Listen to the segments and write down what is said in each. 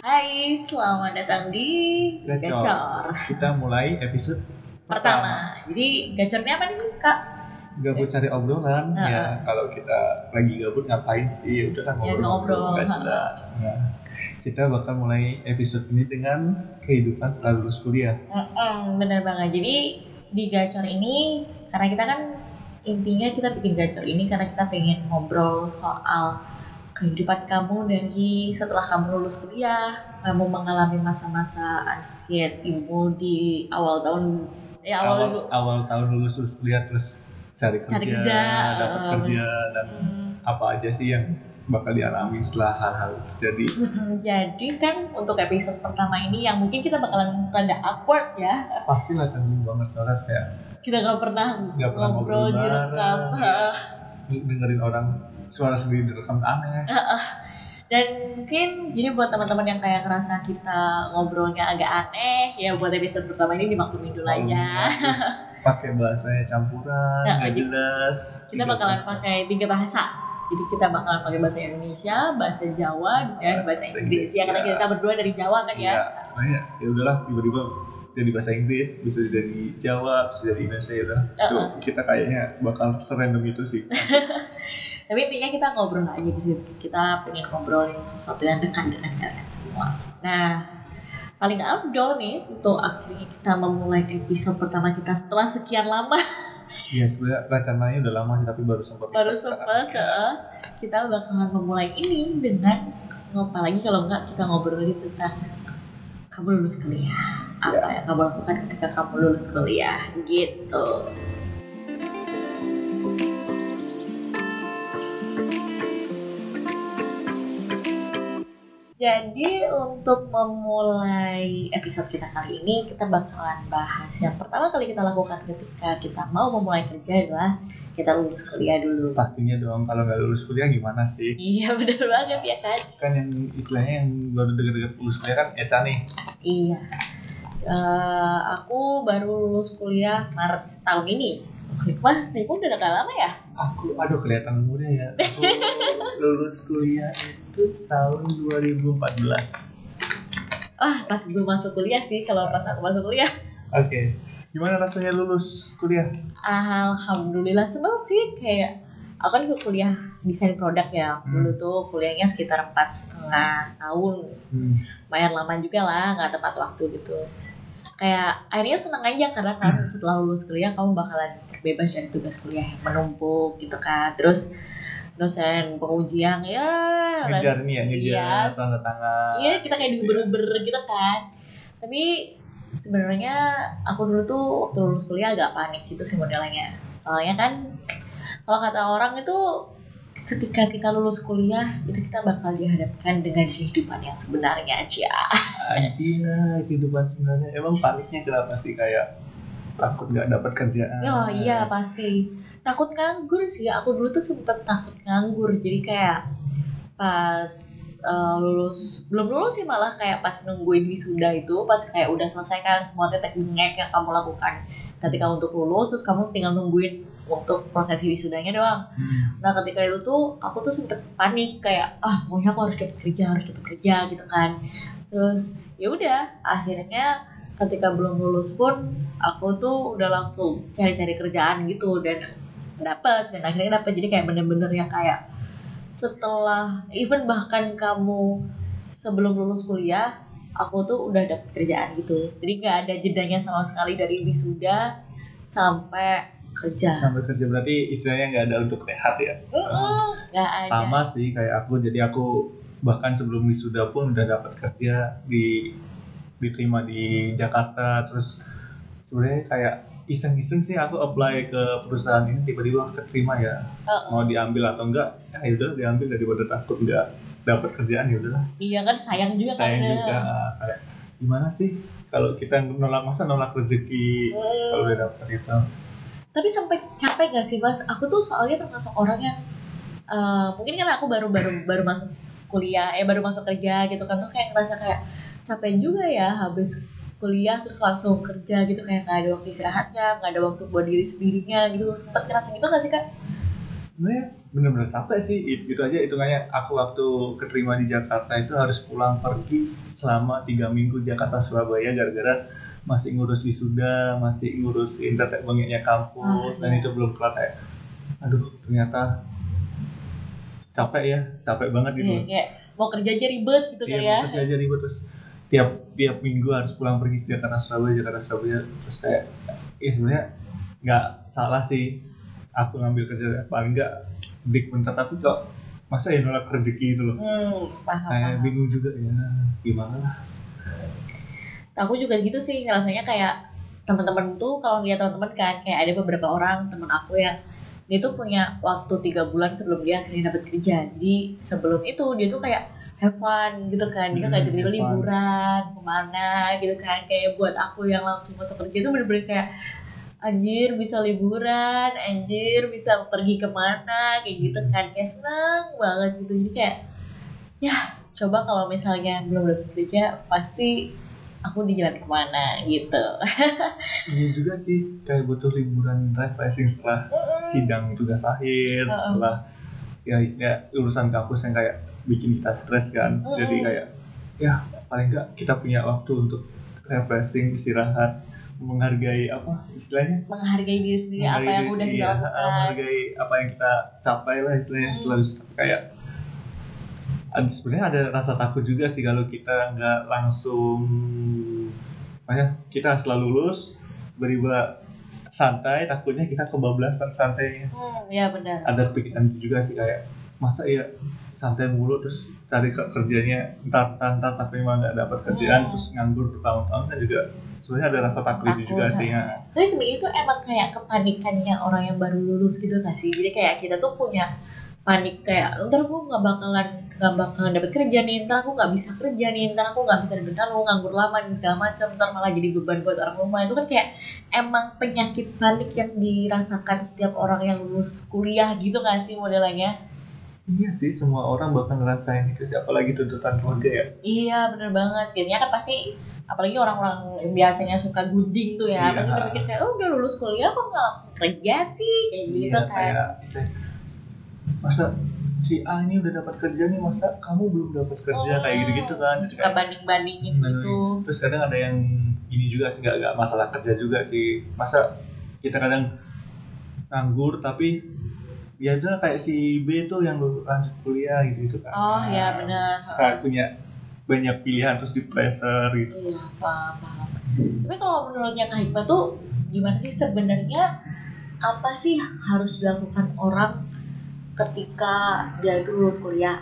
Hai, selamat datang di Gacor Kita mulai episode pertama. Jadi Gacor ini apa nih Kak? Gabut cari obrolan. Ya kalau kita lagi gabut ngapain sih? Udah kan ngobrol nggak jelas. Nah, kita bakal mulai episode ini dengan kehidupan setelah lulus kuliah. Bener banget. Jadi di Gacor ini karena kita kan intinya kita bikin Gacor ini karena kita pengen ngobrol soal kehidupan kamu dari setelah kamu lulus kuliah, kamu mengalami masa-masa anxiety-mu di awal tahun awal tahun lulus kuliah, terus cari kerja, dapat kerja, dan apa aja sih yang bakal dialami setelah hal-hal terjadi. Jadi kan untuk episode pertama ini yang mungkin kita bakalan rada awkward ya. Pastilah canggung banget soalnya kayak kita gak pernah ngobrol direkam, dengerin orang suara sendiri direkam aneh. Dan mungkin jadi buat teman-teman yang kayak ngerasa kita ngobrolnya agak aneh, ya buat episode pertama ini dimaklumin dulu aja. Pakai bahasanya campuran, nggak jelas. Kita bakalan pakai 3 bahasa. Jadi kita bakalan pakai bahasa Indonesia, bahasa Jawa, dan bahasa Inggris. Ya karena kita berdua dari Jawa kan ya. Nah, ya udahlah tiba-tiba jadi bahasa Inggris, bisa dari Jawa, bisa dari Indonesia ya udah. Kita kayaknya bakal serandom itu sih. Tapi intinya kita ngobrol aja di sini. Kita pengen ngobrolin sesuatu yang dekat dengan kalian semua. Nah, paling abdol nih untuk akhirnya kita memulai episode pertama kita setelah sekian lama. Iya, sebenarnya rencananya udah lama sih, tapi baru sempat. Kita bakalan memulai ini dengan apa lagi kalau enggak kita ngobrolin tentang kamu lulus kuliah. Apa yang kamu lakukan ketika kamu lulus kuliah gitu. Jadi untuk memulai episode kita kali ini, kita bakalan bahas yang pertama kali kita lakukan ketika kita mau memulai kerja adalah kita lulus kuliah dulu. Pastinya dong, kalau nggak lulus kuliah gimana sih? Iya benar banget ya kan. Kan yang istilahnya yang baru deket-deket lulus kuliah kan Eca nih. Iya. Aku baru lulus kuliah Maret tahun ini. Hikmah udah agak lama ya? Aduh kelihatan muda ya. Aku lulus kuliah itu tahun 2014. Pas gue masuk kuliah sih, kalau pas aku masuk kuliah. Oke. Gimana rasanya lulus kuliah? Alhamdulillah seneng sih, kayak aku kan kuliah desain produk ya. Dulu tuh kuliahnya sekitar 4,5 tahun. Lumayan lama juga lah, nggak tepat waktu gitu. Kayak akhirnya seneng aja karena kan setelah lulus kuliah kamu bakalan terbebas dari tugas kuliah yang menumpuk gitu kan. Terus dosen pengujian ngejar tanda tangan. Iya, kita kayak diuber-uber gitu kan. Tapi sebenarnya aku dulu tuh waktu lulus kuliah agak panik gitu sih modelnya. Soalnya kan kalau kata orang itu ketika kita lulus kuliah itu kita bakal dihadapkan dengan kehidupan yang sebenarnya aja. Anjir, kehidupan sebenarnya. Emang paniknya kenapa sih, kayak takut nggak dapat kerjaan? Oh iya pasti. Takut nganggur sih. Aku dulu tuh sempet takut nganggur. Jadi kayak pas belum lulus sih, malah kayak pas nungguin wisuda itu, pas kayak udah selesai kan semua tetek bengek yang kamu lakukan ketika untuk lulus, terus kamu tinggal nungguin untuk prosesi wisudanya doang. Nah ketika itu tuh aku tuh sempet panik kayak pokoknya aku harus dapat kerja gitu kan. Terus ya udah akhirnya ketika belum lulus pun aku tuh udah langsung cari-cari kerjaan gitu dan akhirnya dapet. Jadi kayak bener-bener yang kayak setelah even bahkan kamu sebelum lulus kuliah aku tuh udah dapet kerjaan gitu. Jadi nggak ada jedanya sama sekali dari wisuda sampai kerja berarti istilahnya nggak ada untuk rehat ya? Nggak ada. Sama sih kayak aku, jadi aku bahkan sebelum wisuda pun udah dapat kerja, diterima di Jakarta. Terus sebenarnya kayak iseng-iseng sih aku apply ke perusahaan ini, tiba-tiba keterima ya. Mau diambil atau enggak, ya udah diambil daripada takut nggak dapat kerjaan, ya udahlah. Iya kan, sayang juga kayak gimana sih kalau kita nolak rezeki kalau udah dapat itu. Tapi sampai capek nggak sih Mas? Aku tuh soalnya termasuk orang yang mungkin kan aku baru masuk kuliah, baru masuk kerja gitu kan, tuh kayak ngerasa kayak capek juga ya habis kuliah terus langsung kerja gitu, kayak nggak ada waktu istirahatnya, nggak ada waktu buat diri sendirinya gitu. Sempet ngerasa gitu nggak sih Kak? Sebenarnya bener-bener capek sih. Gitu aja hitungannya. Aku waktu keterima di Jakarta itu harus pulang pergi selama 3 minggu Jakarta Surabaya gara-gara masih ngurus wisuda, masih ngurusin tetek bengeknya kampus, dan itu belum kelar. Kayak aduh, ternyata capek banget gitu loh. Kayak mau kerja aja ribet gitu Iya, kali ya. mau kerja aja ribet, terus tiap minggu harus pulang pergi Jakarta Surabaya. Terus saya sebenarnya nggak salah sih aku ngambil kerja, paling nggak big bentar, tapi kok masa ya nolak rezeki itu loh. Kayak Paham. bingung juga ya, gimana lah. Aku juga gitu sih rasanya, kayak teman-teman tuh kalau lihat teman-teman kan, kayak ada beberapa orang teman aku yang dia tuh punya waktu 3 bulan sebelum dia akhirnya dapat kerja. Jadi sebelum itu dia tuh kayak have fun gitu kan, dia kayak tiba-tiba liburan kemana gitu kan. Kayak buat aku yang langsung masuk kerja itu bener-bener kayak anjir bisa liburan, anjir bisa pergi kemana kayak gitu kan, kayak senang banget gitu. Jadi kayak ya coba kalau misalnya belum dapat kerja pasti aku di jalan kemana gitu. Iya juga sih, kayak butuh liburan refreshing setelah sidang tugas akhir, setelah ya istilah urusan kampus yang kayak bikin kita stres kan. Jadi kayak ya paling nggak kita punya waktu untuk refreshing, istirahat, menghargai apa istilahnya, Menghargai diri sendiri, apa yang udah kita lakukan. menghargai apa yang kita capai lah istilahnya. Selalu kayak sebenarnya ada rasa takut juga sih kalau kita nggak langsung, makanya kita selalu lulus tiba-tiba santai, takutnya kita kebablasan santainya. Ya benar. Ada pikiran juga sih, kayak masa ya santai mulu terus cari kerjanya ntar tapi memang nggak dapat kerjaan, terus nganggur bertahun-tahun kan juga sebenarnya ada rasa takut itu juga sih ya. Tapi sebenarnya itu emang kayak kepanikannya orang yang baru lulus gitu nggak sih? Jadi kayak kita tuh punya panik kayak ntar aku nggak bakalan dapat kerja nih, ntar aku nggak bisa kerja nih, ntar aku nggak bisa dapat nganggur lama nih segala macam, ntar malah jadi beban buat orang rumah. Itu kan kayak emang penyakit panik yang dirasakan setiap orang yang lulus kuliah gitu nggak sih modelnya? Iya sih, semua orang bakal ngerasain itu sih, apalagi tuntutan keluarga ya. Iya bener banget, biasanya kan pasti apalagi orang-orang yang biasanya suka gunjing tuh ya, pasti udah mikir kayak udah lulus kuliah kok nggak langsung kerja sih kayak gitu kan. Kayak masa si A ini udah dapat kerja nih, masa kamu belum dapat kerja, kayak gitu-gitu kan. Suka banding-bandingin gitu. Terus kadang ada yang ini juga sih, nggak masalah kerja juga sih, masa kita kadang nganggur tapi ya udah kayak si B tuh yang lanjut kuliah gitu kan. Ya benar. Kayak punya banyak pilihan terus di pressure gitu. Iya paham. Tapi kalau menurutnya Kak Hikmah tuh gimana sih sebenarnya, apa sih harus dilakukan orang ketika dia itu lulus kuliah?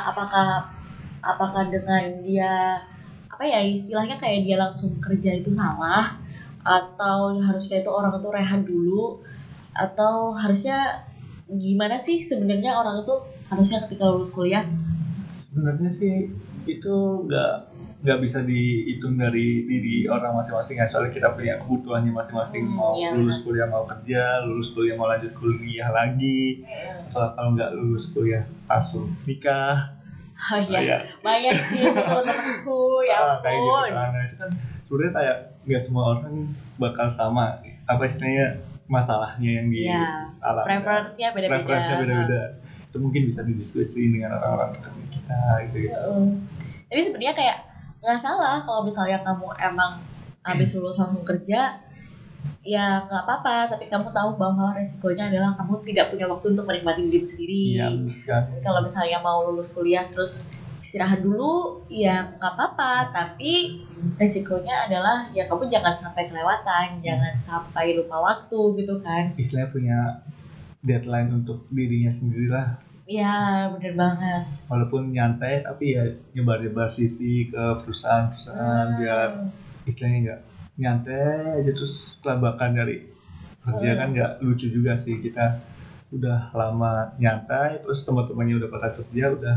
Apakah dengan dia apa ya istilahnya kayak dia langsung kerja itu salah, atau harusnya itu orang itu rehat dulu, atau harusnya gimana sih sebenarnya orang itu harusnya ketika lulus kuliah? Sebenarnya sih itu nggak bisa dihitung dari diri orang masing-masing ya, soalnya kita punya kebutuhannya masing-masing, mau lulus kuliah mau kerja, lulus kuliah mau lanjut kuliah lagi, kalau nggak lulus kuliah langsung nikah. Banyak sih temen-temenku ya kayak gitu kan. Nah, itu kan sebenarnya kayak nggak semua orang bakal sama apa istilahnya masalahnya yang dialami. Preferensinya beda-beda. Itu mungkin bisa didiskusiin dengan orang-orang terdekat kita gitu. Tapi sebenarnya kayak nggak salah kalau misalnya kamu emang habis lulus langsung kerja, ya nggak apa-apa. Tapi kamu tahu bahwa resikonya adalah kamu tidak punya waktu untuk menikmati diri sendiri. Iya, kalau misalnya mau lulus kuliah terus istirahat dulu, ya nggak apa-apa. Tapi resikonya adalah ya kamu jangan sampai kelewatan, jangan sampai lupa waktu gitu kan. Istilahnya punya deadline untuk dirinya sendiri lah. Iya bener banget. Walaupun nyantai tapi ya nyebar-nyebar CV ke perusahaan-perusahaan biar istilahnya nggak nyantai aja terus kelabakan dari kerja kan nggak lucu juga sih. Kita udah lama nyantai terus teman-temannya udah pada kerja, udah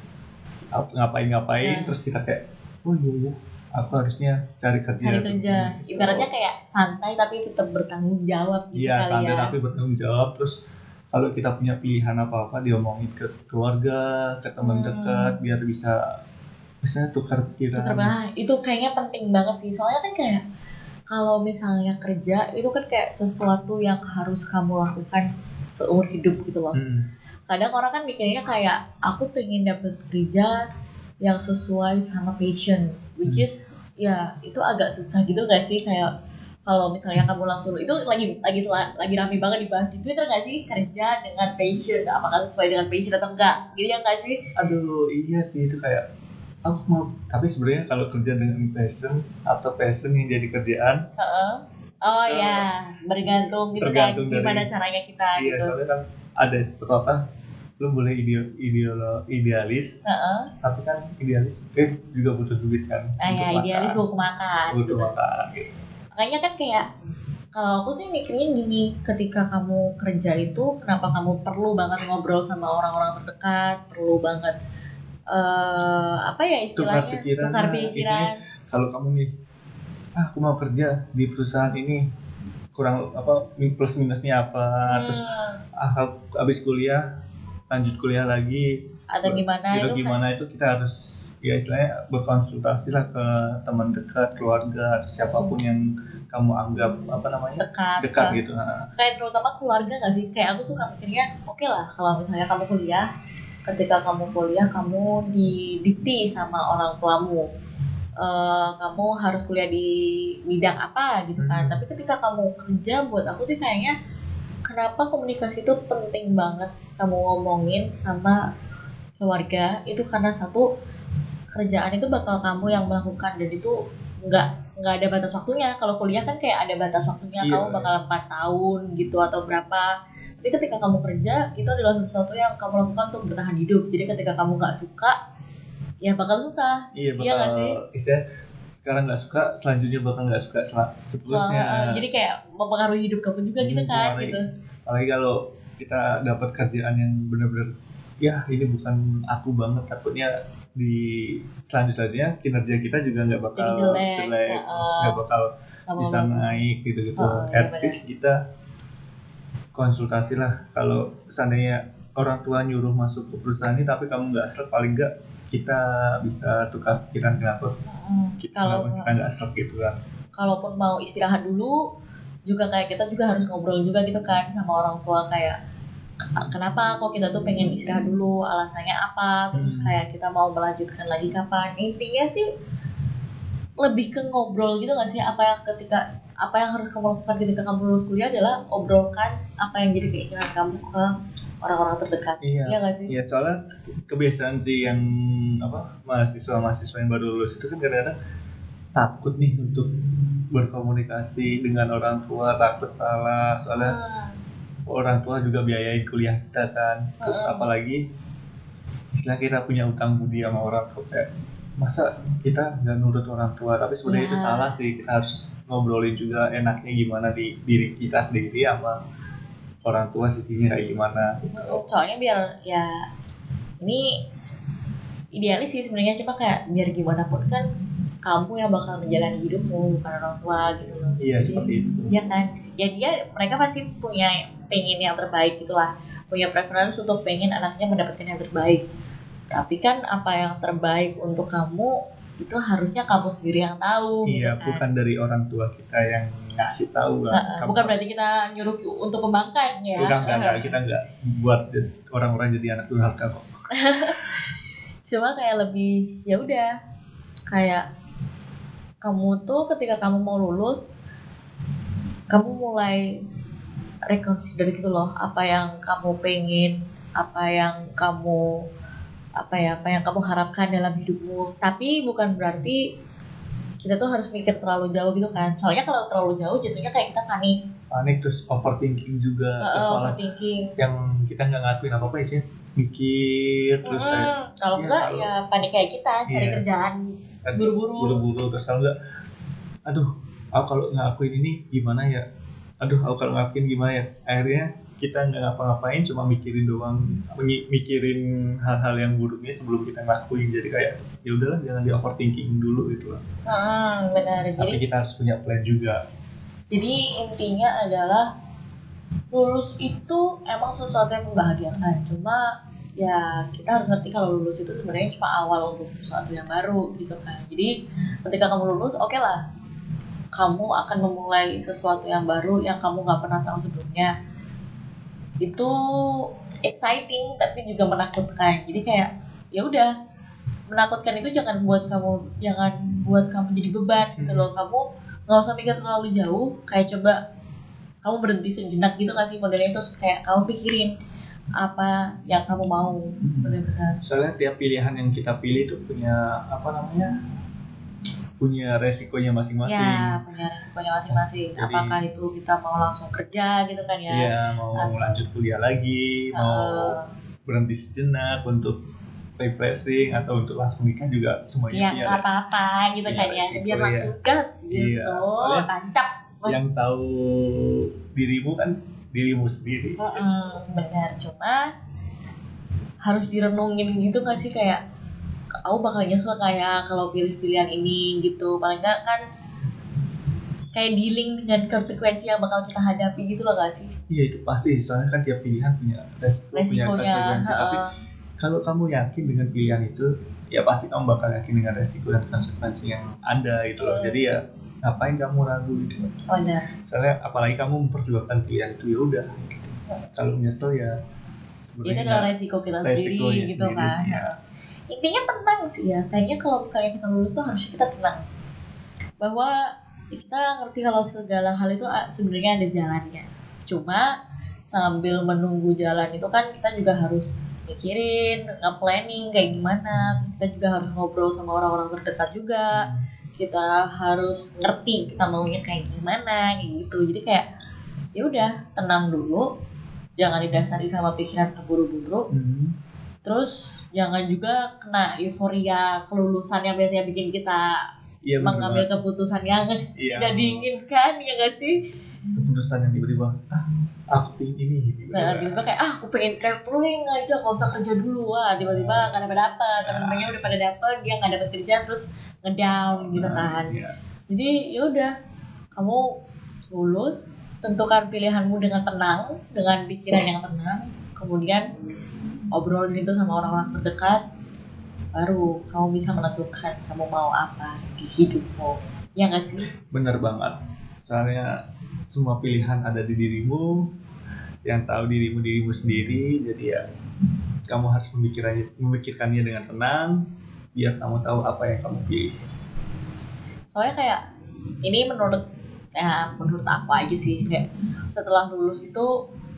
ngapain terus kita kayak oh iya aku harusnya cari kerja. Ibaratnya kayak santai tapi tetap bertanggung jawab gitu. Iya, santai tapi bertanggung jawab. Terus kalau kita punya pilihan apa-apa diomongin ke keluarga, ke teman dekat biar bisa misalnya tukar pikiran. Itu kayaknya penting banget sih. Soalnya kan kayak kalau misalnya kerja itu kan kayak sesuatu yang harus kamu lakukan seumur hidup gitu loh. kadang orang kan mikirnya kayak aku pengen dapet kerja yang sesuai sama passion, which is ya itu agak susah gitu gak sih, kayak kalau misalnya kamu langsung itu lagi rame banget dibahas di Twitter gak sih, kerja dengan passion apakah sesuai dengan passion atau enggak gitu ya gak sih? Aduh iya sih, itu kayak aku mau, tapi sebenarnya kalau kerja dengan passion atau passion yang jadi kerjaan, Heeh. Oh ya, bergantung gitu kan, tergantung gimana dari, caranya kita iya gitu. soalnya kan ada beberapa lu boleh idealis, Heeh. tapi kan idealis juga butuh duit kan, Nah ya, untuk idealis makan, buku makan butuh gitu. makan gitu. Makanya kan kayak kalau aku sih mikirnya gini, ketika kamu kerja itu kenapa kamu perlu banget ngobrol sama orang-orang terdekat, perlu banget apa ya istilahnya, tukar Isinya pikiran. kalau kamu nih, aku mau kerja di perusahaan ini, kurang apa plus minusnya apa, terus habis kuliah lanjut kuliah lagi Atau gimana gitu, itu gimana itu kita harus ya istilahnya berkonsultasi lah ke teman dekat, keluarga, atau siapapun yang kamu anggap apa namanya dekat gitu. Kayak terutama keluarga nggak sih, kayak aku suka mikirnya oke lah kalau misalnya kamu kuliah, ketika kamu kuliah kamu didikti sama orang tuamu, kamu harus kuliah di bidang apa gitu kan. Tapi ketika kamu kerja, buat aku sih kayaknya kenapa komunikasi itu penting banget kamu ngomongin sama keluarga itu, karena satu, kerjaan itu bakal kamu yang melakukan dan itu nggak ada batas waktunya. Kalau kuliah kan kayak ada batas waktunya, kamu bakal 4 tahun gitu atau berapa. Tapi ketika kamu kerja itu adalah sesuatu yang kamu lakukan untuk bertahan hidup. Jadi ketika kamu nggak suka ya bakal susah. Iya bakal istilah sekarang nggak suka, selanjutnya bakal nggak suka seterusnya. Jadi kayak mempengaruhi hidup kamu juga gitu kan gitu. Apalagi kalau kita dapat kerjaan yang benar-benar ya ini bukan aku banget, takutnya di selanjutnya kinerja kita juga nggak bakal jelek, terus nggak bakal bisa naik gitu. At least kita konsultasi lah, kalau seandainya orang tua nyuruh masuk ke perusahaan ini tapi kamu nggak serap, paling nggak kita bisa tukar pikiran kenapa kita nggak serap gitu kan. Kalaupun mau istirahat dulu juga kayak kita juga harus ngobrol juga gitu kan sama orang tua, kayak kenapa kok kita tuh pengen istirahat dulu, alasannya apa, terus kayak kita mau melanjutkan lagi kapan. Intinya sih lebih ke ngobrol gitu gak sih, apa yang harus kamu lakukan ketika kamu lulus kuliah adalah obrolkan apa yang jadi keinginan kamu ke orang-orang terdekat. Iya gak sih? Iya, soalnya kebiasaan sih yang mahasiswa yang baru lulus itu kan kadang-kadang takut nih untuk berkomunikasi dengan orang tua, takut salah, soalnya orang tua juga biayain kuliah kita kan. Terus apalagi istilah kita punya utang budi sama orang tua, kayak masa kita nggak nurut orang tua, tapi sebenarnya itu salah sih. Kita harus ngobrolin juga enaknya gimana di diri kita sendiri sama orang tua, sisinya kayak gimana gitu. Soalnya biar ya ini idealis sih sebenarnya, cuma kayak biar gimana pun kan kamu yang bakal menjalani hidupmu, bukan orang tua gitu loh. Iya. Jadi, seperti itu. Iya kan, ya mereka pasti pengen yang terbaik gitulah, punya preferensi untuk pengen anaknya mendapatkan yang terbaik. Tapi kan apa yang terbaik untuk kamu itu harusnya kamu sendiri yang tahu. Iya, gitu kan? Bukan dari orang tua kita yang ngasih tahu kan. Bukan berarti kita nyuruh untuk membangkang ya. Bukan, kita nggak buat orang-orang jadi anak durhaka kok. Cuma kayak lebih ya udah, kayak kamu tuh ketika kamu mau lulus, kamu mulai reconsider gitu loh, apa yang kamu pengen, apa yang kamu harapkan dalam hidupmu. Tapi bukan berarti kita tuh harus mikir terlalu jauh gitu kan. Soalnya kalau terlalu jauh jatuhnya kayak kita panik terus overthinking juga, terus malah yang kita nggak ngakuin apa-apa sih, mikir terus kalau enggak ya panik kayak kita cari kerjaan buru-buru, terus kalau enggak aduh aku kalau ngelakuin ini gimana ya, aku kalau ngelakuin gimana ya, akhirnya kita nggak ngapa-ngapain, cuma mikirin doang, mikirin hal-hal yang buruknya sebelum kita ngelakuin. Jadi kayak ya udahlah, jangan di overthinking dulu gitu lah. Benar. Tapi jadi, kita harus punya plan juga. Jadi intinya adalah lulus itu emang sesuatu yang membahagiakan, cuma ya kita harus ngerti kalau lulus itu sebenarnya cuma awal untuk sesuatu yang baru gitu kan. Jadi ketika kamu lulus, oke lah, kamu akan memulai sesuatu yang baru yang kamu nggak pernah tahu sebelumnya. Itu exciting tapi juga menakutkan. Jadi kayak ya udah, menakutkan itu jangan buat kamu jadi beban gitu loh. Kamu nggak usah mikir terlalu jauh, kayak coba kamu berhenti sejenak gitu nggak sih modelnya, terus kayak kamu pikirin apa yang kamu mau. Benar-benar. Soalnya tiap pilihan yang kita pilih itu punya apa namanya, punya resikonya masing-masing. Ya, punya resikonya masing-masing. Jadi, apakah itu kita mau langsung kerja gitu kan ya? Iya, mau lanjut kuliah lagi, mau berhenti sejenak untuk refreshing, atau untuk langsung nikah juga semuanya. Ya nggak apa-apa gitu kan ya, biar langsung gas gitu, tancap. Yang tahu dirimu kan dirimu sendiri. Benar, cuma harus direnungin gitu nggak sih, kayak aku bakal nyesel kayak kalau pilih pilihan ini gitu. Paling nggak kan kayak dealing dengan konsekuensi yang bakal kita hadapi gitu loh nggak sih? Iya itu pasti, soalnya kan tiap pilihan punya resiko, punya konsekuensi. Tapi kalau kamu yakin dengan pilihan itu, ya pasti kamu bakal yakin dengan resiko dan konsekuensi yang ada gitu loh. Jadi ya ngapain kamu ragu gitu? Benar. Soalnya apalagi kamu memperjuangkan pilihan itu, ya udah. Kalau nyesel ya sebenarnya itu adalah resiko kita sendiri gitu kan. Ya. Intinya tenang sih ya. Kayaknya kalau misalnya kita lulus tuh harusnya kita tenang. Bahwa kita ngerti kalau segala hal itu sebenarnya ada jalannya. Cuma sambil menunggu jalan itu kan kita juga harus mikirin, nge-planning kayak gimana. Terus kita juga harus ngobrol sama orang-orang terdekat juga. Kita harus ngerti kita maunya kayak gimana gitu. Jadi kayak ya udah, tenang dulu, jangan didasari sama pikiran terburu-buru. Terus jangan juga kena euforia kelulusan yang biasanya bikin kita mengambil keputusan yang tidak diinginkan, ya nggak sih? Keputusan yang tiba-tiba aku pengen ini. Nah, tiba-tiba kayak aku pengen traveling aja, gak usah kerja dulu. Tiba-tiba nggak dapat, teman-temannya udah pada dapat, dia nggak dapat kerja, terus ngedown gitu kan. Jadi ya udah, kamu lulus, tentukan pilihanmu dengan tenang, dengan pikiran yang tenang, kemudian obrolin itu sama orang-orang terdekat, baru kamu bisa menentukan kamu mau apa di hidupmu. Ya nggak sih? Bener banget. Soalnya semua pilihan ada di dirimu, yang tahu dirimu sendiri. Jadi ya kamu harus memikirkannya dengan tenang, biar kamu tahu apa yang kamu pilih. Soalnya kayak ini menurut aku aja sih, kayak setelah lulus itu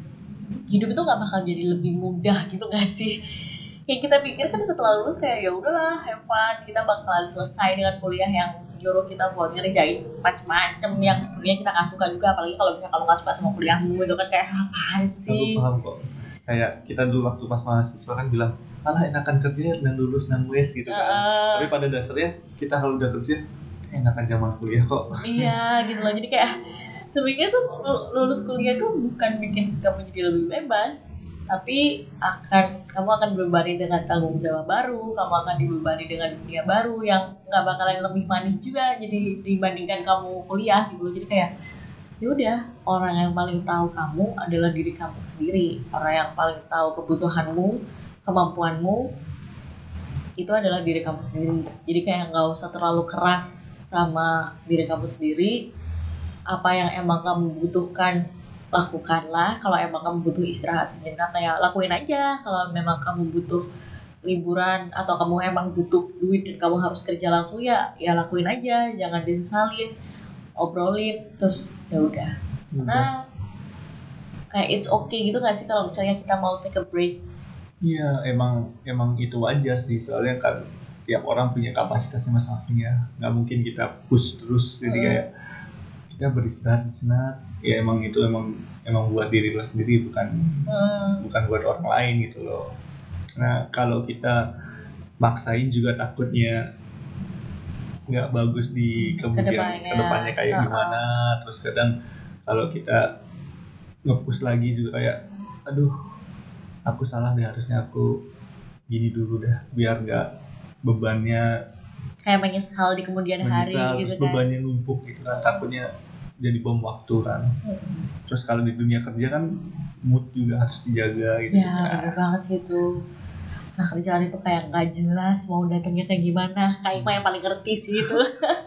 hidup itu nggak bakal jadi lebih mudah gitu nggak sih? Kayak kita pikir kan setelah lulus kayak ya udahlah, have fun, kita bakal selesai dengan kuliah yang nyuruh kita buat ngerjain macem-macem yang sebenarnya kita nggak suka juga. Apalagi kalau misalnya kamu nggak suka sama kuliahmu itu kan kayak apaan sih? Aku paham kok. Kayak kita dulu waktu pas mahasiswa kan bilang, alah enakan kerja dan lulus dan wes gitu kan. Tapi pada dasarnya kita kalau udah kerja enakan zaman kuliah kok. Iya gitu loh. Jadi kayak sebenarnya tuh lulus kuliah tuh bukan bikin kamu jadi lebih bebas, tapi kamu akan dibebani dengan tanggung jawab baru, kamu akan dibebani dengan dunia baru yang nggak bakalan lebih manis juga jadi dibandingkan kamu kuliah gitu. Jadi kayak ya udah, orang yang paling tahu kamu adalah diri kamu sendiri. Orang yang paling tahu kebutuhanmu, kemampuanmu itu adalah diri kamu sendiri. Jadi kayak nggak usah terlalu keras sama diri kamu sendiri. Apa yang emang kamu butuhkan lakukanlah. Kalau emang kamu butuh istirahat sejenak, ya lakuin aja. Kalau memang kamu butuh liburan atau kamu emang butuh duit dan kamu harus kerja langsung, ya lakuin aja, jangan disesalin, obrolin, terus ya udah. Karena kayak it's okay gitu nggak sih kalau misalnya kita mau take a break? Iya, emang itu wajar sih, soalnya kan tiap orang punya kapasitasnya masing-masing ya. Nggak mungkin kita push terus, jadi kayak kita beristirahat sejenak. Ya emang buat diri lo sendiri, bukan buat orang lain gitu loh. Nah kalau kita maksain juga takutnya nggak bagus di kedepannya kayak gimana. Terus kadang kalau kita nge-push lagi juga kayak aduh aku salah deh, harusnya aku gini dulu dah biar nggak bebannya kayak menyesal di kemudian hari gitu terus kan, bebannya numpuk gitu kan, takutnya jadi bom waktu kan. Terus kalau di dunia kerja kan mood juga harus dijaga gitu. Ya bener banget sih itu. Nah kerjaan itu kayak nggak jelas mau datangnya kayak gimana, kayak yang paling ngerti sih itu.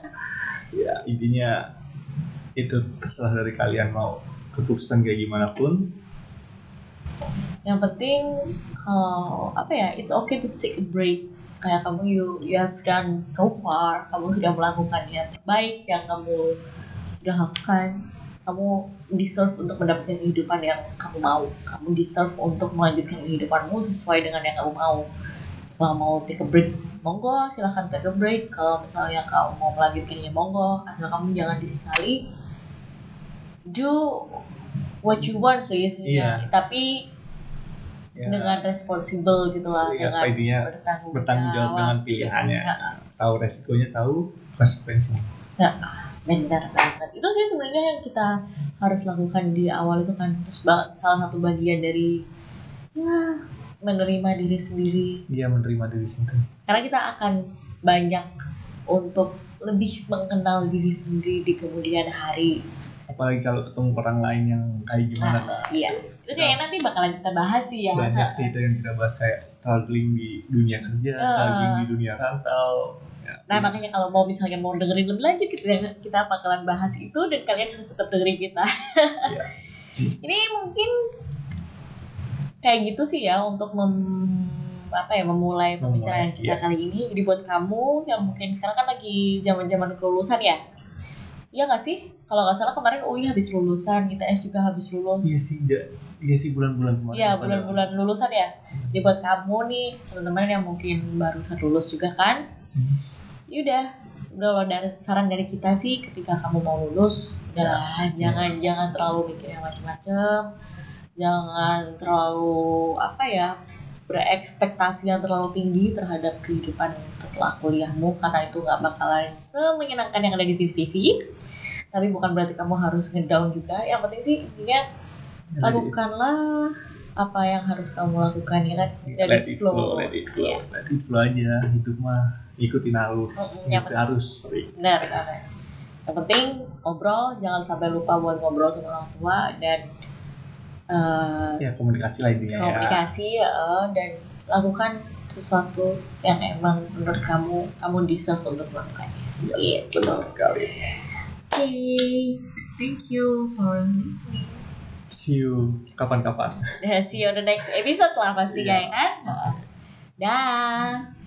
Ya intinya itu terserah dari kalian mau keputusan kayak gimana pun, Yang penting kalau apa ya, it's okay to take a break. Kayak kamu you have done so far, kamu sudah melakukan yang terbaik yang kamu sudah lakukan. Kamu deserve untuk mendapatkan kehidupan yang kamu mau. Kamu deserve untuk melanjutkan kehidupanmu sesuai dengan yang kamu mau. Kalau mau take a break, monggo silahkan take a break. Kalau misalnya kamu mau melanjutkannya, monggo. Asal kamu jangan disesali. Do what you want sih Iya. tapi Ya, dengan responsible gitu lah, ya, dengan intinya bertanggung jawab dengan pilihannya. Tahu resikonya, tahu konsekuensinya. Ya, benar banget. Itu sih sebenarnya yang kita harus lakukan di awal itu kan. Terus salah satu bagian dari ya menerima diri sendiri. Iya, menerima diri sendiri. Karena kita akan banyak untuk lebih mengenal diri sendiri di kemudian hari. Apalagi kalau ketemu orang lain yang kayak gimana kan. Iya. Itu kayak nanti bakalan kita bahas sih ya. Banyak sih itu yang kita bahas, kayak struggling di dunia kerja, struggling di dunia rantau. Ya, nah makanya kalau mau misalnya mau dengerin lebih lanjut kita bakalan bahas itu, dan kalian harus tetap dengerin kita. Iya. Ini mungkin kayak gitu sih ya untuk memulai pembicaraan kita kali ini. Jadi buat kamu yang mungkin sekarang kan lagi zaman-zaman kelulusan ya. Iya nggak sih? Kalau nggak salah kemarin UI habis lulusan, ITS juga habis lulus. Iya sih bulan-bulan kemarin. Iya bulan-bulan lulusan ya. Jadi buat kamu nih teman-teman yang mungkin barusan lulus juga kan, udah dari saran dari kita sih, ketika kamu mau lulus, udahlah jangan terlalu mikir yang macam-macam, jangan terlalu berekspektasi yang terlalu tinggi terhadap kehidupan setelah kuliahmu, karena itu nggak bakalan semenyenangkan yang ada di TV. Tapi bukan berarti kamu harus ngedown juga. Yang penting sih intinya lakukanlah apa yang harus kamu lakukan ya kan. Let it flow aja, hidup mah ikutin alur. Harus. Benar banget. Yang penting ngobrol, jangan sampai lupa buat ngobrol sama orang tua, dan komunikasi lah intinya. Dan lakukan sesuatu yang emang menurut kamu deserve untuk melakukannya. Iya, benar sekali. Okay, thank you for listening. See you kapan-kapan. See you on the next episode lah pastinya ya kan. Dah.